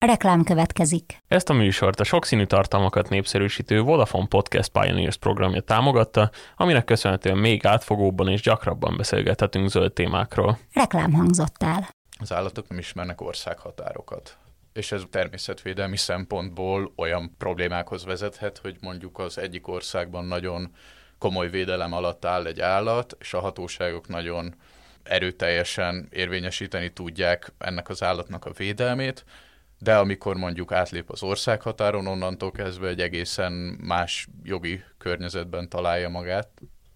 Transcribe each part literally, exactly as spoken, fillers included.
Reklám következik. Ezt a műsort a sokszínű tartalmakat népszerűsítő Vodafone Podcast Pioneers programja támogatta, aminek köszönhetően még átfogóbban és gyakrabban beszélgethetünk zöld témákról. Reklám hangzott el. Az állatok nem ismernek országhatárokat. És ez természetvédelmi szempontból olyan problémákhoz vezethet, hogy mondjuk az egyik országban nagyon komoly védelem alatt áll egy állat, és a hatóságok nagyon erőteljesen érvényesíteni tudják ennek az állatnak a védelmét, de amikor mondjuk átlép az országhatáron, onnantól kezdve egy egészen más jogi környezetben találja magát.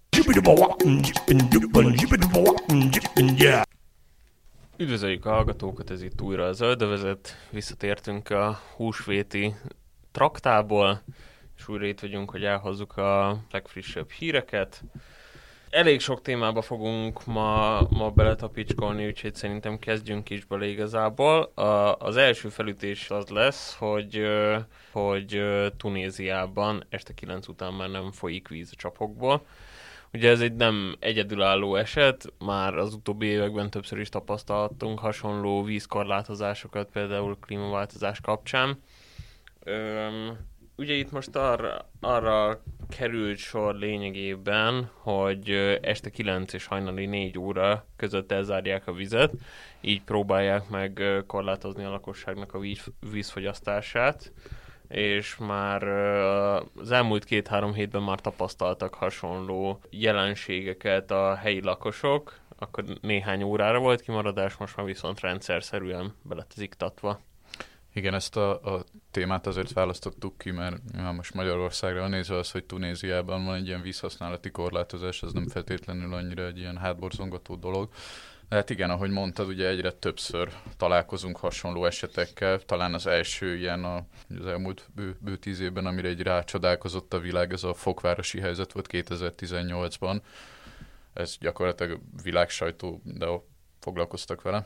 Üdvözöljük a hallgatókat, ez itt újra a Zöldövezet. Visszatértünk a húsvéti traktából, és újra itt vagyunk, hogy elhozzuk a legfrissebb híreket. Elég sok témába fogunk ma, ma beletapicskolni, úgyhogy szerintem kezdjünk is bele igazából. A, az első felütés az lesz, hogy, hogy Tunéziában este kilenc után már nem folyik víz a csapokból. Ugye ez egy nem egyedülálló eset, már az utóbbi években többször is tapasztalhattunk hasonló vízkorlátozásokat, például klímaváltozás kapcsán. Öm, ugye itt most arra, arra került sor lényegében, hogy este kilenc és hajnali négy óra között elzárják a vizet, így próbálják meg korlátozni a lakosságnak a víz, vízfogyasztását, és már az elmúlt két-három hétben már tapasztaltak hasonló jelenségeket a helyi lakosok, akkor néhány órára volt kimaradás, most már viszont rendszerszerűen be lett iktatva. Igen, ezt a, a témát azért választottuk ki, mert ha most Magyarországra nézve az, hogy Tunéziában van egy ilyen vízhasználati korlátozás, ez nem feltétlenül annyira egy ilyen hátborzongató dolog. De hát igen, ahogy mondtad, ugye egyre többször találkozunk hasonló esetekkel. Talán az első ilyen a, az elmúlt bő, bő tíz évben, amire egy rácsodálkozott a világ, ez a fokvárosi helyzet volt kétezer-tizennyolcban. Ez gyakorlatilag világsajtó, de foglalkoztak vele.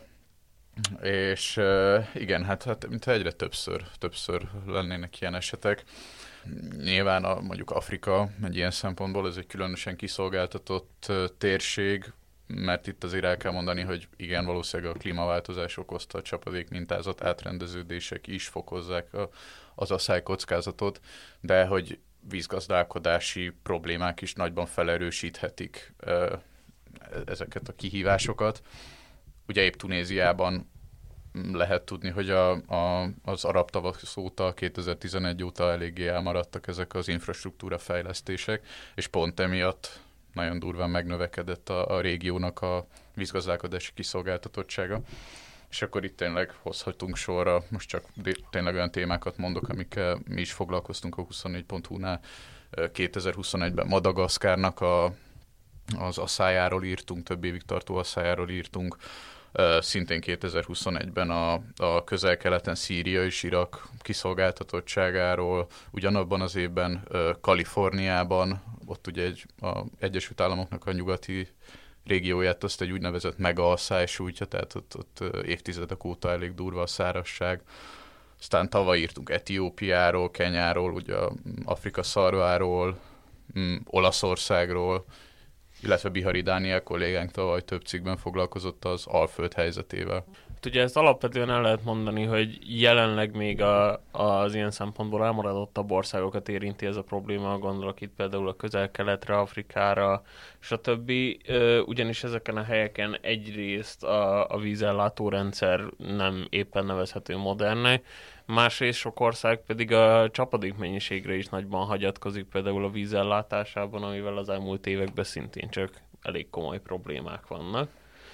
És igen, hát, hát mintha egyre többször, többször lennének ilyen esetek. Nyilván a, mondjuk Afrika egy ilyen szempontból ez egy különösen kiszolgáltatott térség, mert itt azért el kell mondani, hogy igen, valószínűleg a klímaváltozás okozta a csapadék mintázat átrendeződések is fokozzák a, az asszály kockázatot, de hogy vízgazdálkodási problémák is nagyban felerősíthetik ezeket a kihívásokat. Ugye épp Tunéziában lehet tudni, hogy a, a, az arab tavasz óta, kétezer-tizenegy óta eléggé elmaradtak ezek az infrastruktúra fejlesztések, és pont emiatt nagyon durván megnövekedett a, a régiónak a vízgazdálkodási kiszolgáltatottsága. És akkor itt tényleg hozhatunk sorra, most csak tényleg olyan témákat mondok, amikkel mi is foglalkoztunk a huszonnégy pont hu-nál. kétezer-huszonegyben Madagaszkárnak a, az asszályáról írtunk, több évig tartó asszályáról írtunk. Szintén kétezer-huszonegyben a, a közel-keleten Szíria és Irak kiszolgáltatottságáról, ugyanabban az évben Kaliforniában, ott ugye egy, az Egyesült Államoknak a nyugati régióját azt egy úgynevezett mega-asszály sújtja, tehát ott, ott évtizedek óta elég durva a szárazság. Aztán tavaly írtunk Etiópiáról, Kenyáról, ugye Afrika szarváról, Olaszországról, illetve Bihari Dániel kollégánk tavaly több cikkben foglalkozott az Alföld helyzetével. Ugye ezt alapvetően el lehet mondani, hogy jelenleg még a, az ilyen szempontból elmaradottabb országokat érinti ez a probléma, gondolok itt például a Közel-Keletre, Afrikára, stb. Ugyanis ezeken a helyeken egyrészt a, a vízellátórendszer nem éppen nevezhető modernnek, másrészt sok ország pedig a csapadékmennyiségre is nagyban hagyatkozik, például a vízellátásában, amivel az elmúlt években szintén csak elég komoly problémák vannak.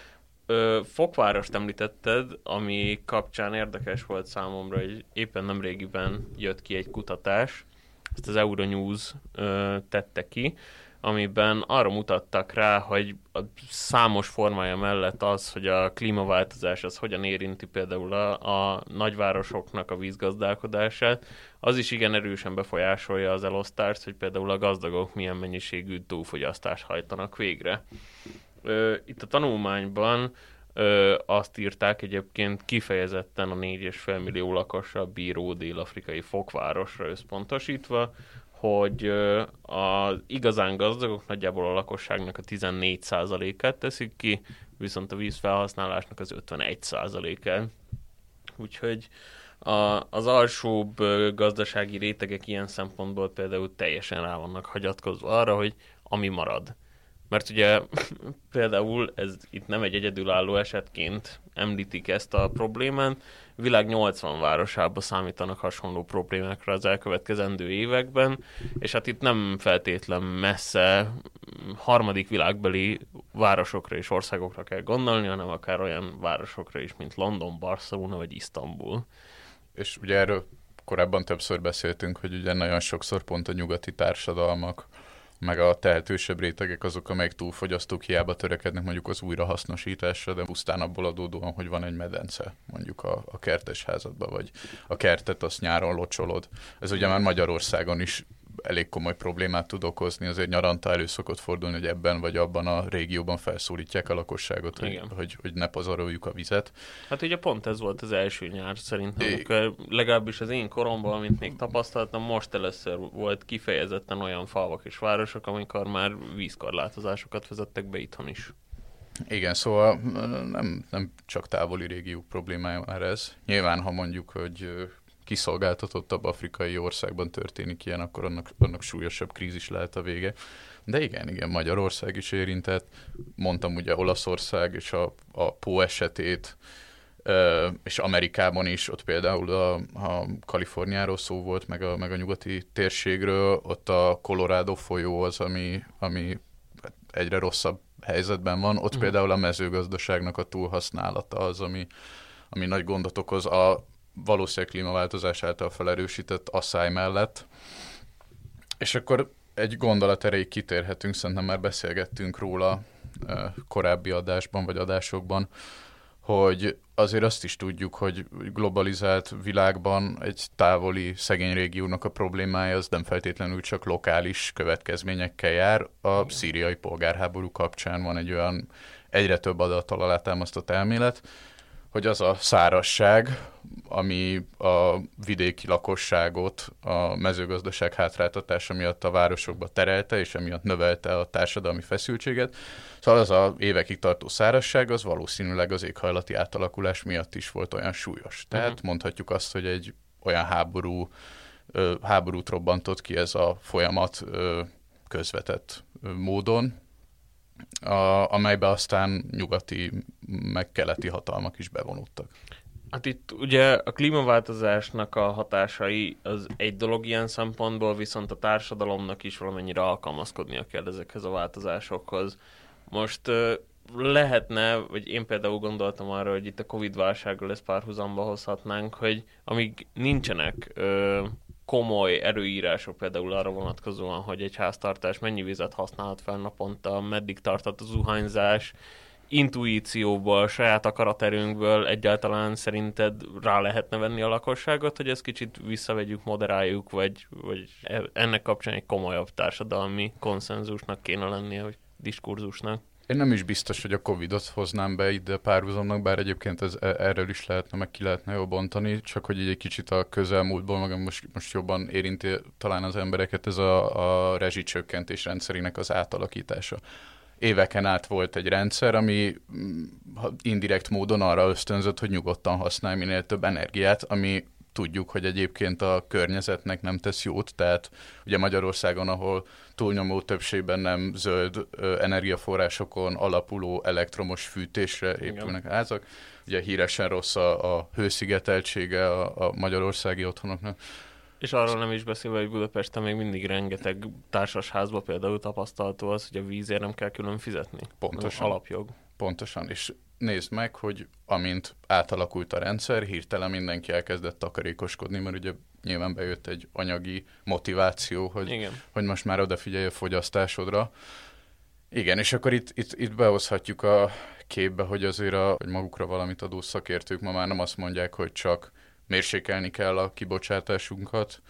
Fokvárost említetted, ami kapcsán érdekes volt számomra, hogy éppen nemrégiben jött ki egy kutatás, ezt az Euronews ö, tette ki, amiben arra mutattak rá, hogy a számos formája mellett az, hogy a klímaváltozás az hogyan érinti például a, a nagyvárosoknak a vízgazdálkodását, az is igen erősen befolyásolja az elosztást, hogy például a gazdagok milyen mennyiségű túlfogyasztást hajtanak végre. Ö, itt a tanulmányban ö, azt írták egyébként kifejezetten a négy egész öt millió lakosra bíró dél-afrikai fokvárosra összpontosítva, hogy ö, az igazán gazdagok nagyjából a lakosságnak a tizennégy százalékát teszik ki, viszont a vízfelhasználásnak az ötvenegy százalékát. Úgyhogy A, az alsóbb gazdasági rétegek ilyen szempontból például teljesen rá vannak hagyatkozva arra, hogy ami marad. Mert ugye például ez itt nem egy egyedülálló esetként említik ezt a problémát, világ nyolcvan városába számítanak hasonló problémákra az elkövetkezendő években, és hát itt nem feltétlen messze harmadik világbeli városokra és országokra kell gondolni, hanem akár olyan városokra is, mint London, Barcelona vagy Isztambul. És ugye erről korábban többször beszéltünk, hogy ugye nagyon sokszor pont a nyugati társadalmak, meg a tehetősebb rétegek azok, amelyek túlfogyasztók, hiába törekednek mondjuk az újrahasznosításra, de pusztán abból adódóan, hogy van egy medence mondjuk a, a kertesházadban, vagy a kertet azt nyáron locsolod. Ez ugye már Magyarországon is elég komoly problémát tud okozni, azért nyaranta elő szokott fordulni, hogy ebben vagy abban a régióban felszólítják a lakosságot, hogy, hogy, hogy ne pazaroljuk a vizet. Hát ugye pont ez volt az első nyár szerintem, é... amikor legalábbis az én koromban, amit még tapasztaltam, most először volt kifejezetten olyan falvak és városok, amikor már vízkorlátozásokat vezettek be itthon is. Igen, szóval nem, nem csak távoli régiók problémája már ez. Nyilván, ha mondjuk, hogy kiszolgáltatottabb afrikai országban történik ilyen, akkor annak, annak súlyosabb krízis lehet a vége. De igen, igen, Magyarország is érintett. Mondtam ugye Olaszország és a, a Pó esetét, és Amerikában is, ott például a, a Kaliforniáról szó volt, meg a, meg a nyugati térségről, ott a Colorado folyó az, ami, ami egyre rosszabb helyzetben van. Ott uh-huh. például a mezőgazdaságnak a túlhasználata az, ami, ami nagy gondot okoz a valószínűleg klímaváltozás által felerősített asszály mellett. És akkor egy gondolat erejéig kitérhetünk, szerintem már beszélgettünk róla korábbi adásban, vagy adásokban, hogy azért azt is tudjuk, hogy globalizált világban egy távoli szegény régiónak a problémája az nem feltétlenül csak lokális következményekkel jár. A szíriai polgárháború kapcsán van egy olyan egyre több adattal alátámasztott elmélet, hogy az a szárazság, ami a vidéki lakosságot a mezőgazdaság hátráltatása miatt a városokba terelte, és emiatt növelte a társadalmi feszültséget. Szóval az a évekig tartó szárazság, az valószínűleg az éghajlati átalakulás miatt is volt olyan súlyos. Tehát uh-huh. mondhatjuk azt, hogy egy olyan háború, háborút robbantott ki ez a folyamat közvetett módon, A, amelybe aztán nyugati, meg keleti hatalmak is bevonultak. Hát itt ugye a klímaváltozásnak a hatásai az egy dolog ilyen szempontból, viszont a társadalomnak is valamennyire alkalmazkodnia kell ezekhez a változásokhoz. Most uh, lehetne, vagy én például gondoltam arra, hogy itt a Covid-válsággal ezt párhuzamba hozhatnánk, hogy amíg nincsenek uh, komoly erőírások például arra vonatkozóan, hogy egy háztartás mennyi vizet használhat fel naponta, meddig tarthat a zuhanyzás, intuícióból, saját akaraterőnkből egyáltalán szerinted rá lehetne venni a lakosságot, hogy ezt kicsit visszavegyük, moderáljuk, vagy, vagy ennek kapcsán egy komolyabb társadalmi konszenzusnak kéne lennie, vagy diskurzusnak? Én nem is biztos, hogy a Covidot hoznám be ide párhuzamnak, bár egyébként ez, erről is lehetne, meg ki lehetne jól bontani, csak hogy egy kicsit a közelmúltból, meg most, most jobban érinti talán az embereket, ez a, a rezsicsökkentés rendszerének az átalakítása. Éveken át volt egy rendszer, ami indirekt módon arra ösztönzött, hogy nyugodtan használj minél több energiát, ami tudjuk, hogy egyébként a környezetnek nem tesz jót, tehát ugye Magyarországon, ahol túlnyomó többségben nem zöld ö, energiaforrásokon alapuló elektromos fűtésre épülnek házak, ugye híresen rossz a, a hőszigeteltsége a, a magyarországi otthonoknak. És arról nem is beszélve, hogy Budapesten még mindig rengeteg társasházban például tapasztalható az, hogy a vízért nem kell külön fizetni. Pontosan. Alapjog. Pontosan, és nézd meg, hogy amint átalakult a rendszer, hirtelen mindenki elkezdett takarékoskodni, mert ugye nyilván bejött egy anyagi motiváció, hogy, hogy most már odafigyelj a fogyasztásodra. Igen, és akkor itt, itt, itt behozhatjuk a képbe, hogy azért a, hogy magukra valamit adó szakértők ma már nem azt mondják, hogy csak mérsékelni kell a kibocsátásunkat,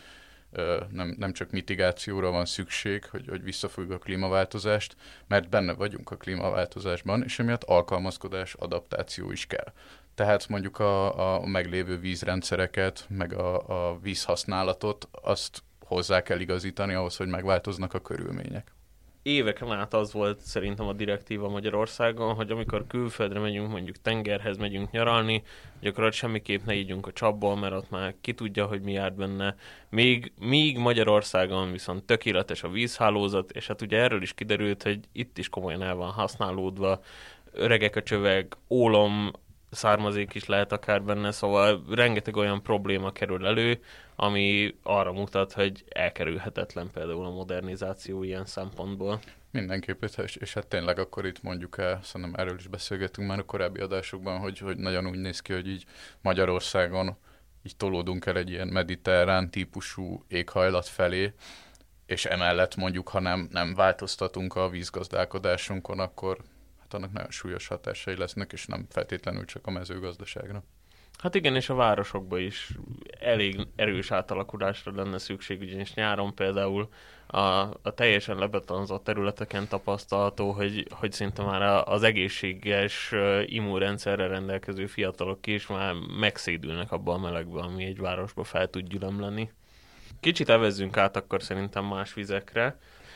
nem, nem csak mitigációra van szükség, hogy, hogy visszafogjuk a klímaváltozást, mert benne vagyunk a klímaváltozásban, és emiatt alkalmazkodás, adaptáció is kell. Tehát mondjuk a, a meglévő vízrendszereket, meg a, a vízhasználatot, azt hozzá kell igazítani ahhoz, hogy megváltoznak a körülmények. éveken át az volt szerintem a direktíva Magyarországon, hogy amikor külföldre megyünk, mondjuk tengerhez megyünk nyaralni, hogy akkor ott semmiképp ne ígyunk a csapból, mert ott már ki tudja, hogy mi járt benne. Még, míg Magyarországon viszont tökéletes a vízhálózat, és hát ugye erről is kiderült, hogy itt is komolyan el van használódva, öregek a csöveg, ólom származék is lehet akár benne, szóval rengeteg olyan probléma kerül elő, ami arra mutat, hogy elkerülhetetlen például a modernizáció ilyen szempontból. Mindenképp, és, és hát tényleg akkor itt mondjuk el, szerintem erről is beszélgettünk már a korábbi adásokban, hogy, hogy nagyon úgy néz ki, hogy így Magyarországon így tolódunk el egy ilyen mediterrán típusú éghajlat felé, és emellett mondjuk, ha nem, nem változtatunk a vízgazdálkodásunkon, akkor hát annak nagyon súlyos hatásai lesznek, és nem feltétlenül csak a mezőgazdaságra. Hát igen, és a városokban is elég erős átalakulásra lenne szükség, ugyanis nyáron például a, a teljesen lebetonozott területeken tapasztalható, hogy, hogy szinte már az egészséges immunrendszerrel rendelkező fiatalok is már megszédülnek abban a melegben, ami egy városba fel tud gyülemleni. Kicsit evezzünk át akkor szerintem más vizekre.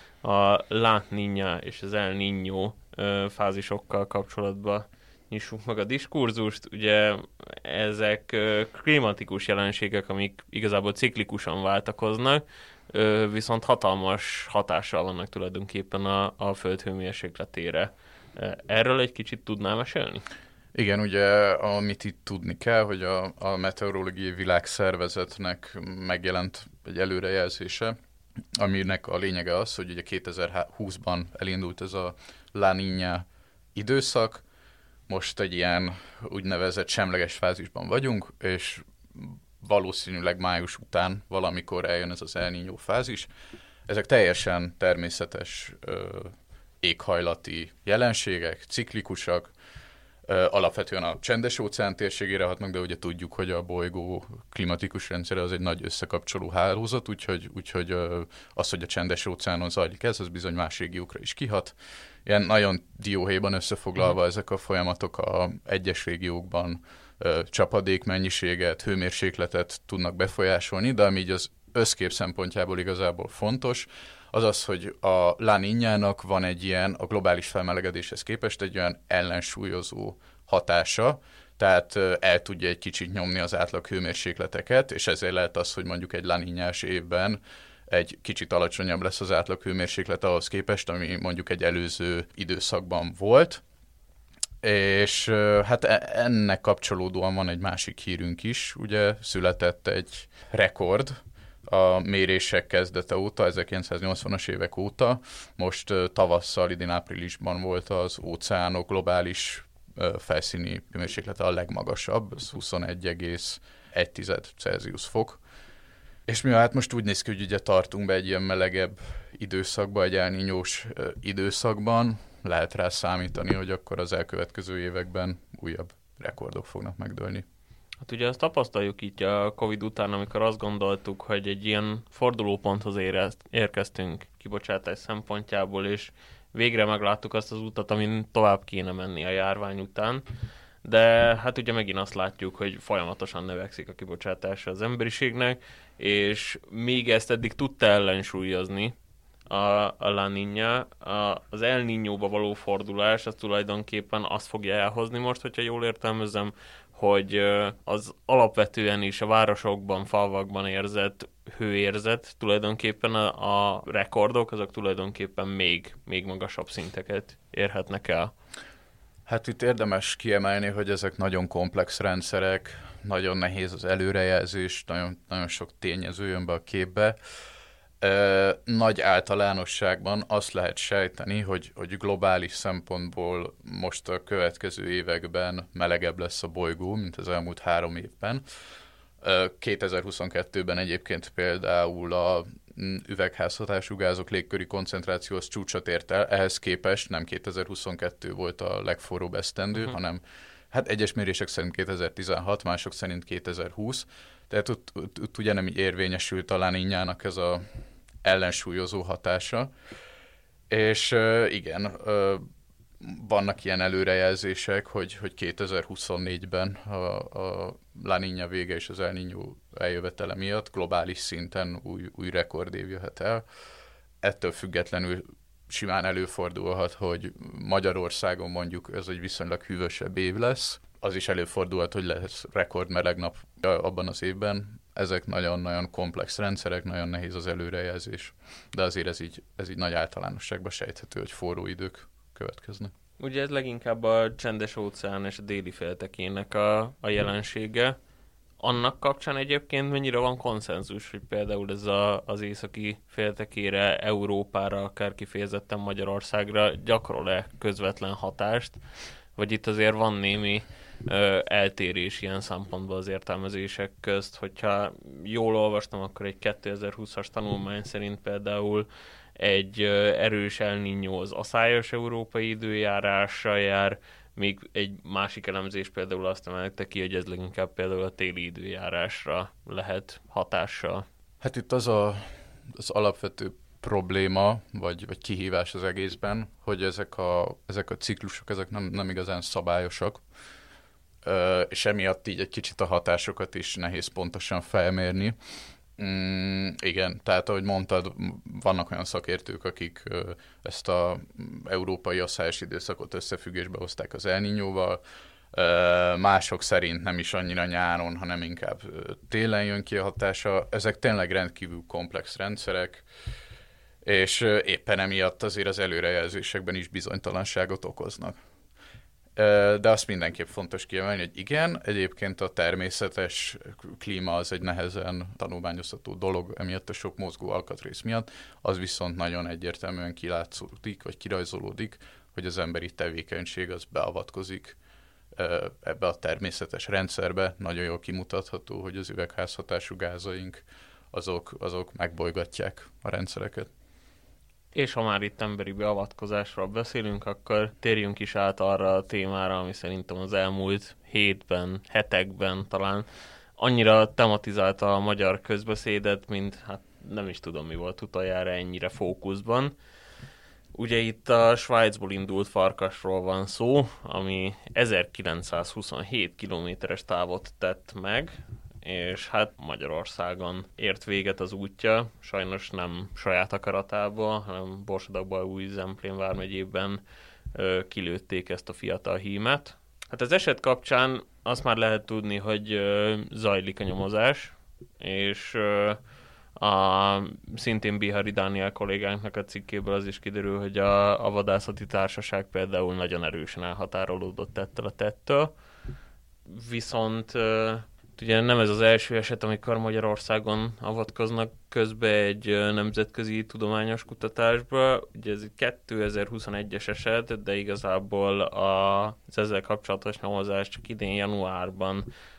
A La Niña és az El Niño fázisokkal kapcsolatban nyissuk meg a diskurzust. Ugye ezek klimatikus jelenségek, amik igazából ciklikusan váltakoznak, viszont hatalmas hatással vannak tulajdonképpen a, a föld hőmérsékletére. Erről egy kicsit tudnál mesélni? Igen, ugye amit itt tudni kell, hogy a, a Meteorológiai Világszervezetnek megjelent egy előrejelzése, aminek a lényege az, hogy ugye kétezer-húszban elindult ez a La Niña időszak, most egy ilyen úgynevezett semleges fázisban vagyunk, és valószínűleg május után valamikor eljön ez az El Niño fázis. Ezek teljesen természetes ö, éghajlati jelenségek, ciklikusak, ö, alapvetően a Csendes-óceán térségére hatnak, de ugye tudjuk, hogy a bolygó klimatikus rendszere az egy nagy összekapcsoló hálózat, úgyhogy, úgyhogy ö, az, hogy a Csendes-óceánon zajlik ez, az bizony más régiókra is kihat. Ilyen nagyon dióhéjban összefoglalva uh-huh. ezek a folyamatok a egyes régiókban ö, csapadékmennyiséget, hőmérsékletet tudnak befolyásolni, de ami így az összkép szempontjából igazából fontos, az az, hogy a La Niñának van egy ilyen, a globális felmelegedéshez képest egy olyan ellensúlyozó hatása, tehát ö, el tudja egy kicsit nyomni az átlag hőmérsékleteket, és ezért lehet az, hogy mondjuk egy La Niñás évben egy kicsit alacsonyabb lesz az átlag hőmérséklet ahhoz képest, ami mondjuk egy előző időszakban volt. És hát ennek kapcsolódóan van egy másik hírünk is, ugye született egy rekord a mérések kezdete óta, ezerkilencszáznyolcvanas évek óta. Most tavasszal, idén áprilisban volt az óceánok globális felszíni hőmérséklete a legmagasabb, ez huszonegy egész egy Celsius fok. És mi hát most úgy néz ki, hogy ugye tartunk be egy ilyen melegebb időszakba, egy El Niñós időszakban, lehet rá számítani, hogy akkor az elkövetkező években újabb rekordok fognak megdőlni. Hát ugye azt tapasztaljuk így a Covid után, amikor azt gondoltuk, hogy egy ilyen fordulóponthoz érezt, érkeztünk kibocsátás szempontjából, és végre megláttuk azt az utat, amin tovább kéne menni a járvány után. De hát ugye megint azt látjuk, hogy folyamatosan növekszik a kibocsátása az emberiségnek, és még ezt eddig tudta ellensúlyozni a, a La Niña, a, az El Niñóba való fordulás, az tulajdonképpen azt fogja elhozni most, hogyha jól értelmezem, hogy az alapvetően is a városokban, falvakban érzett hőérzet, tulajdonképpen a, a rekordok, azok tulajdonképpen még, még magasabb szinteket érhetnek el. Hát itt érdemes kiemelni, hogy ezek nagyon komplex rendszerek, nagyon nehéz az előrejelzés, nagyon, nagyon sok tényező jön be a képbe. E, nagy általánosságban azt lehet sejteni, hogy, hogy globális szempontból most a következő években melegebb lesz a bolygó, mint az elmúlt három évben. E, kétezer-huszonkettőben egyébként például a üvegházhatású gázok légköri koncentrációs csúcsot ért el, ehhez képest nem kétezer-huszonkettő volt a legforróbb esztendő, uh-huh. hanem hát egyes mérések szerint kétezer-tizenhat, mások szerint kétezer-húsz, tehát ott, ott, ott ugye nem így érvényesült a La Niñának ez a ellensúlyozó hatása, és uh, igen, uh, vannak ilyen előrejelzések, hogy, hogy kétezer-huszonnégyben a, a La Niña vége és az El Niño eljövetele miatt globális szinten új, új rekordév jöhet el. Ettől függetlenül simán előfordulhat, hogy Magyarországon mondjuk ez egy viszonylag hűvösebb év lesz, az is előfordulhat, hogy lesz rekordmeleg nap abban az évben. Ezek nagyon-nagyon komplex rendszerek, nagyon nehéz az előrejelzés, de azért ez így, ez így nagy általánosságban sejthető, hogy forró idők következnek. Ugye ez leginkább a csendes óceán és a déli féltekének a, a jelensége. Annak kapcsán egyébként mennyire van konszenzus, hogy például ez a, az északi féltekére, Európára, akár kifejezetten Magyarországra gyakorol-e közvetlen hatást, vagy itt azért van némi ö, eltérés ilyen szempontból az értelmezések közt. Hogyha jól olvastam, akkor egy kétezer-húszas tanulmány szerint például egy ö, erős El Niño az aszályos európai időjárással jár, még egy másik elemzés például azt emelte ki, hogy ez leginkább például a téli időjárásra lehet hatással. Hát itt az a, az alapvető probléma, vagy, vagy kihívás az egészben, hogy ezek a, ezek a ciklusok ezek nem, nem igazán szabályosak, és emiatt így egy kicsit a hatásokat is nehéz pontosan felmérni. Mm, igen, tehát ahogy mondtad, vannak olyan szakértők, akik ö, ezt az európai asszályos időszakot összefüggésbe hozták az El Niñóval, ö, mások szerint nem is annyira nyáron, hanem inkább ö, télen jön ki a hatása. Ezek tényleg rendkívül komplex rendszerek, és ö, éppen emiatt azért az előrejelzésekben is bizonytalanságot okoznak. De azt mindenképp fontos kiemelni, hogy igen, egyébként a természetes klíma az egy nehezen tanulmányozható dolog, emiatt a sok mozgó alkatrész miatt, az viszont nagyon egyértelműen kilátszódik, vagy kirajzolódik, hogy az emberi tevékenység az beavatkozik ebbe a természetes rendszerbe. Nagyon jól kimutatható, hogy az üvegházhatású gázaink azok, azok megbolygatják a rendszereket. És ha már itt emberi beavatkozásról beszélünk, akkor térjünk is át arra a témára, ami szerintem az elmúlt hétben, hetekben talán annyira tematizálta a magyar közbeszédet, mint hát nem is tudom mi volt utoljára ennyire fókuszban. Ugye itt a Svájcból indult farkasról van szó, ami ezerkilencszázhuszonhét kilométeres távot tett meg, és hát Magyarországon ért véget az útja, sajnos nem saját akaratából, hanem Borsodakban, Zemplén vármegyében ö, kilőtték ezt a fiatal hímet. Hát az eset kapcsán azt már lehet tudni, hogy ö, zajlik a nyomozás, és ö, a szintén Bihari Dániel kollégánknak a cikkéből az is kiderül, hogy a, a vadászati társaság például nagyon erősen elhatárolódott ettől a tettől. Viszont ö, ugye nem ez az első eset, amikor Magyarországon avatkoznak közbe egy nemzetközi tudományos kutatásba. Ugye ez egy kétezer-huszonegyes eset, de igazából az ezzel kapcsolatos nyomozás csak idén januárban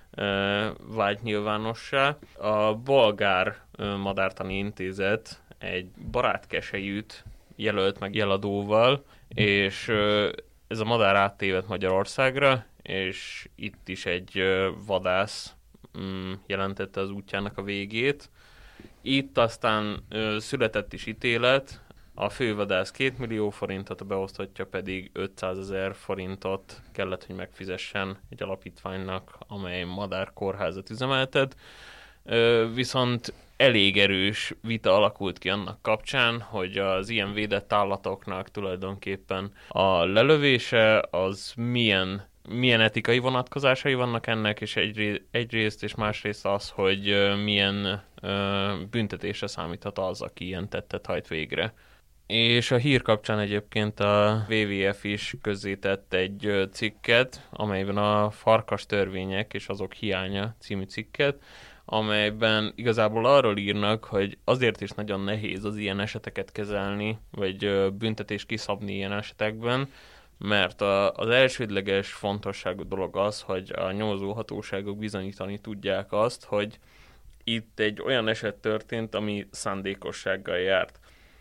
vált nyilvánossá. A Bolgár Madártani Intézet egy barátkeselyűt jelölt meg jeladóval, és ez a madár áttévedt Magyarországra, és itt is egy vadász jelentette az útjának a végét. Itt aztán ö, született is ítélet, a fővadász két millió forintot, a beosztottja pedig ötszázezer forintot kellett, hogy megfizessen egy alapítványnak, amely madárkórházat üzemeltet. Ö, viszont elég erős vita alakult ki annak kapcsán, hogy az ilyen védett állatoknak tulajdonképpen a lelövése az milyen milyen etikai vonatkozásai vannak ennek, és egyré- egyrészt és másrészt az, hogy uh, milyen uh, büntetésre számíthat az, aki ilyen tettet hajt végre. És a hír kapcsán egyébként a dupla vé vé ef is közzétett egy uh, cikket, amelyben a farkas törvények és azok hiánya című cikket, amelyben igazából arról írnak, hogy azért is nagyon nehéz az ilyen eseteket kezelni, vagy uh, büntetést kiszabni ilyen esetekben, mert a, az elsődleges fontosságú dolog az, hogy a nyomozóhatóságok bizonyítani tudják azt, hogy itt egy olyan eset történt, ami szándékossággal járt.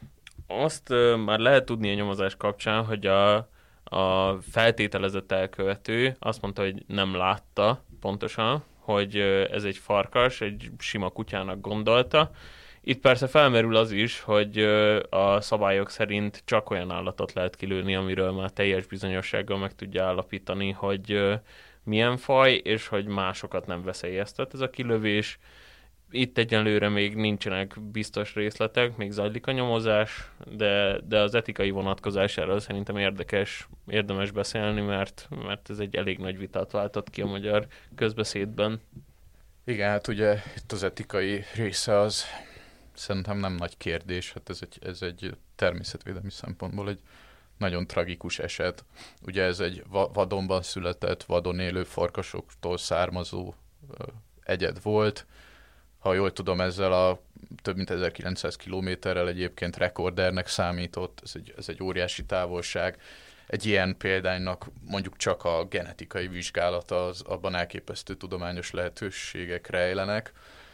Azt uh, már lehet tudni a nyomozás kapcsán, hogy a, a feltételezett elkövető azt mondta, hogy nem látta pontosan, hogy uh, ez egy farkas, egy sima kutyának gondolta. Itt persze felmerül az is, hogy a szabályok szerint csak olyan állatot lehet kilőni, amiről már teljes bizonyossággal meg tudja állapítani, hogy milyen faj, és hogy másokat nem veszélyeztet ez a kilövés. Itt egyenlőre még nincsenek biztos részletek, még zajlik a nyomozás, de, de az etikai vonatkozásáról szerintem érdekes, érdemes beszélni, mert, mert ez egy elég nagy vitát váltott ki a magyar közbeszédben. Igen, hát ugye itt az etikai része az szerintem nem nagy kérdés, hát ez egy, ez egy természetvédelmi szempontból egy nagyon tragikus eset. Ugye ez egy vadonban született, vadon élő farkasoktól származó egyed volt. Ha jól tudom, ezzel a több mint ezerkilencszáz kilométerrel egyébként rekordernek számított, ez egy, ez egy óriási távolság. Egy ilyen példánynak mondjuk csak a genetikai vizsgálata, az abban elképesztő tudományos lehetőségek rejlenek.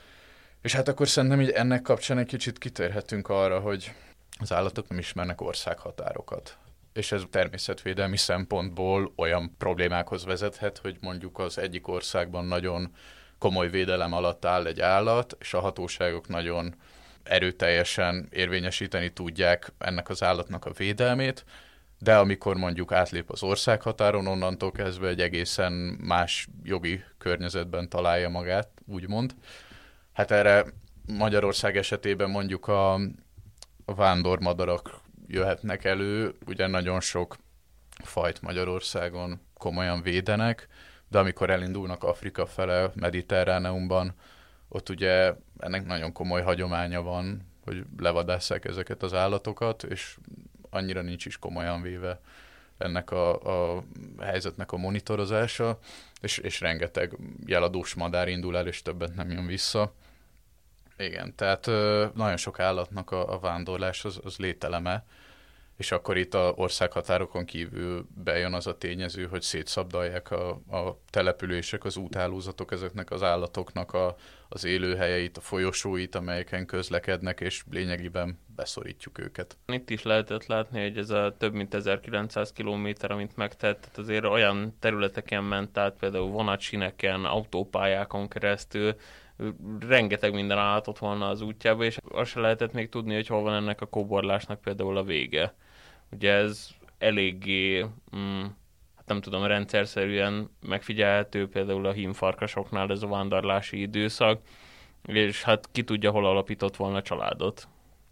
És hát akkor szerintem így ennek kapcsán egy kicsit kitérhetünk arra, hogy az állatok nem ismernek országhatárokat. És ez természetvédelmi szempontból olyan problémákhoz vezethet, hogy mondjuk az egyik országban nagyon komoly védelem alatt áll egy állat, és a hatóságok nagyon erőteljesen érvényesíteni tudják ennek az állatnak a védelmét, de amikor mondjuk átlép az országhatáron, onnantól kezdve egy egészen más jogi környezetben találja magát, úgymond. Hát erre Magyarország esetében mondjuk a, a vándormadarak jöhetnek elő, ugye nagyon sok fajt Magyarországon komolyan védenek, de amikor elindulnak Afrika fele, Mediterráneumban, ott ugye ennek nagyon komoly hagyománya van, hogy levadásszák ezeket az állatokat, és annyira nincs is komolyan véve ennek a, a helyzetnek a monitorozása, és, és rengeteg jeladós madár indul el, és többet nem jön vissza. Igen, tehát nagyon sok állatnak a, a vándorlás az, az lételeme, és akkor itt a országhatárokon kívül bejön az a tényező, hogy szétszabdalják a, a települések, az úthálózatok ezeknek az állatoknak a, az élőhelyeit, a folyosóit, amelyeken közlekednek, és lényegében beszorítjuk őket. Itt is lehetett látni, hogy ez a több mint ezerkilencszáz kilométer, amit megtett, tehát azért olyan területeken ment át, például vonatsineken, autópályákon keresztül, rengeteg minden állhatott volna az útjába, és azt se lehetett még tudni, hogy hol van ennek a kóborlásnak például a vége. Ugye ez eléggé, mm, hát nem tudom, rendszerszerűen megfigyelhető, például a hímfarkasoknál ez a vándorlási időszak, és hát ki tudja, hol alapított volna családot.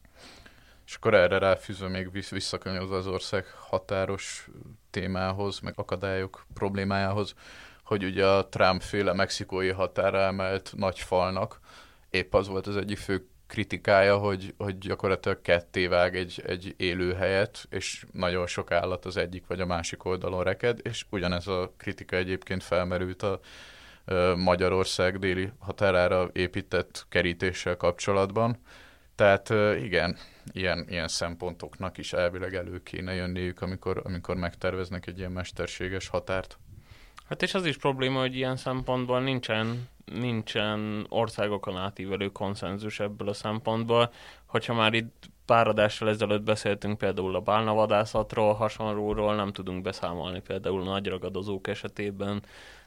És akkor erre ráfűzve még visszakanyolva az ország határos témához, meg akadályok problémájához, hogy ugye a Trump-féle mexikói határa emelt nagy falnak épp az volt az egyik fő kritikája, hogy, hogy gyakorlatilag kettévág egy, egy élőhelyet, és nagyon sok állat az egyik vagy a másik oldalon reked, és ugyanez a kritika egyébként felmerült a ö, Magyarország déli határára épített kerítéssel kapcsolatban. Tehát ö, igen, ilyen, ilyen szempontoknak is elvileg elő kéne jönniük, amikor, amikor megterveznek egy ilyen mesterséges határt. Hát és az is probléma, hogy ilyen szempontból nincsen, nincsen országokon átívelő konszenzus ebből a szempontból. Hogyha már itt pár adással ezelőtt beszéltünk például a bálnavadászatról, hasonlóról, nem tudunk beszámolni például a nagyragadozók esetében.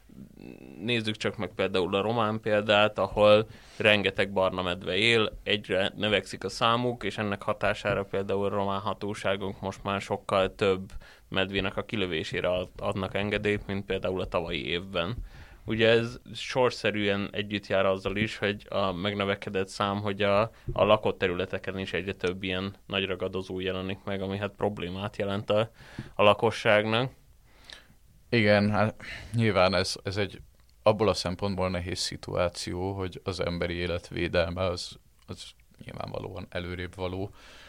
Nézzük csak meg például a román példát, ahol rengeteg barna medve él, egyre növekszik a számuk, és ennek hatására például a román hatóságok most már sokkal több medvének a kilövésére adnak engedélyt, mint például a tavalyi évben. Ugye ez sorszerűen együtt jár azzal is, hogy a megnövekedett szám, hogy a, a lakott területeken is egyre több ilyen nagy ragadozó jelenik meg, ami hát problémát jelent a, a lakosságnak. Igen, hát nyilván ez, ez egy abból a szempontból nehéz szituáció, hogy az emberi élet védelme az, az nyilvánvalóan előrébb való,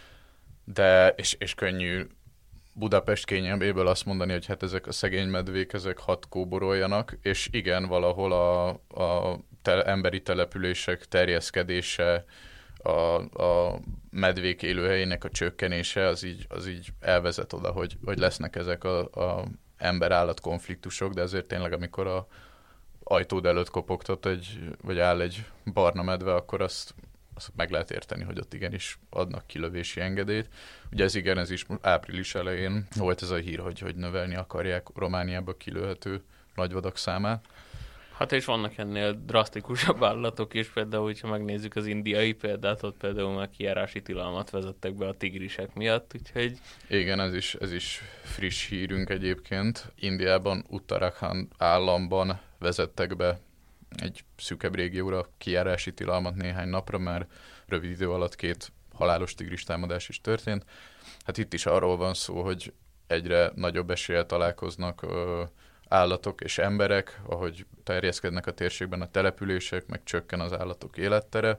de és, és könnyű Budapest kényelméből azt mondani, hogy hát ezek a szegény medvék, ezek hat kóboroljanak, és igen, valahol a, a te, emberi települések terjeszkedése, a, a medvék élőhelyének a csökkenése, az így, az így elvezet oda, hogy, hogy lesznek ezek a, a ember-állat konfliktusok, de azért tényleg, amikor a ajtód előtt kopogtat egy, vagy áll egy barna medve, akkor azt, azt meg lehet érteni, hogy ott igenis adnak kilövési engedélyt. Ugye ez igen, ez is április elején volt ez a hír, hogy, hogy növelni akarják Romániába kilőhető nagyvadak számát. Hát és vannak ennél drasztikusabb állatok is, például, hogyha megnézzük az indiai példát, ott például már kijárási tilalmat vezettek be a tigrisek miatt, úgyhogy... Igen, ez is, ez is friss hírünk egyébként. Indiában, Uttarakhand államban vezettek be egy szűkebb régióra kijárási tilalmat néhány napra, mert rövid idő alatt két halálos tigris támadás is történt. Hát itt is arról van szó, hogy egyre nagyobb eséllyel találkoznak ö, állatok és emberek, ahogy terjeszkednek a térségben a települések, meg csökken az állatok élettere.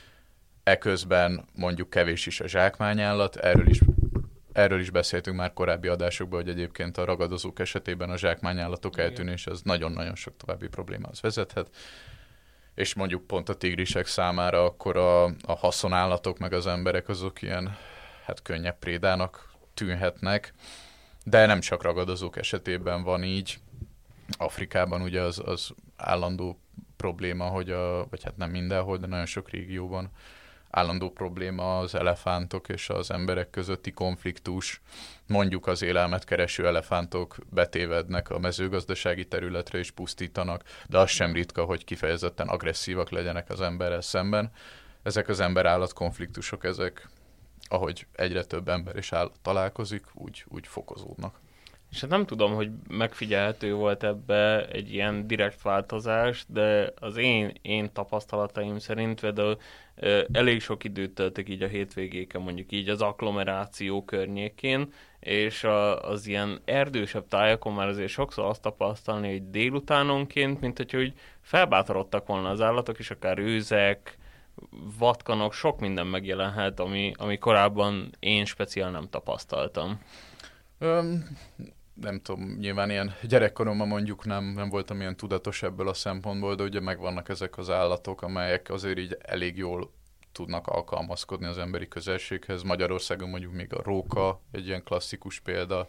Eközben mondjuk kevés is a zsákmányállat, erről is, erről is beszéltünk már korábbi adásokban, hogy egyébként a ragadozók esetében a zsákmányállatok eltűnése az nagyon-nagyon sok további problémához vezethet. És mondjuk pont a tigrisek számára akkor a, a haszonállatok meg az emberek azok ilyen hát könnyebb prédának tűnhetnek, de nem csak ragadozók esetében van így. Afrikában ugye az, az állandó probléma, hogy a, vagy hát nem mindenhol, de nagyon sok régióban állandó probléma az elefántok és az emberek közötti konfliktus. Mondjuk az élelmet kereső elefántok betévednek a mezőgazdasági területre és pusztítanak, de az sem ritka, hogy kifejezetten agresszívak legyenek az emberrel szemben. Ezek az ember-állat konfliktusok, ezek, ahogy egyre több ember és állat találkozik, úgy, úgy fokozódnak. És hát nem tudom, hogy megfigyelhető volt ebbe egy ilyen direkt változás, de az én, én tapasztalataim szerint például elég sok időt töltök így a hétvégéken, mondjuk így az agglomeráció környékén, és a, az ilyen erdősebb tájakon már azért sokszor azt tapasztalni, hogy délutánonként, mint hogy úgy felbátorodtak volna az állatok, és akár őzek, vatkanok, sok minden megjelenhet, ami, ami korábban én speciál nem tapasztaltam. Um, nem tudom, nyilván ilyen gyerekkoromban mondjuk nem, nem voltam ilyen tudatos ebből a szempontból, de ugye megvannak ezek az állatok, amelyek azért így elég jól tudnak alkalmazkodni az emberi közelséghez. Magyarországon mondjuk még a róka egy ilyen klasszikus példa,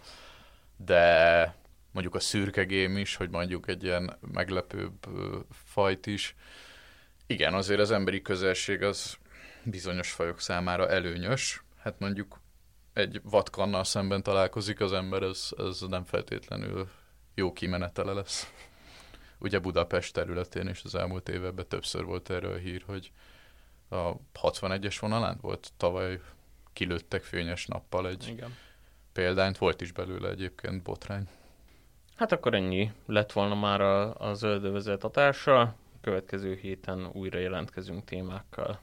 de mondjuk a szürkegém is, hogy mondjuk egy ilyen meglepőbb fajt is. Igen, azért az emberi közelség az bizonyos fajok számára előnyös. Hát mondjuk egy vatkannal szemben találkozik az ember, ez, ez nem feltétlenül jó kimenetele lesz. Ugye Budapest területén is az elmúlt években többször volt erről a hír, hogy a hatvanegyes vonalán volt tavaly kilőttek fényes nappal egy Igen. példányt, volt is belőle egyébként botrány. Hát akkor ennyi lett volna már a, a zöldövezet hatása. Következő héten újra jelentkezünk témákkal.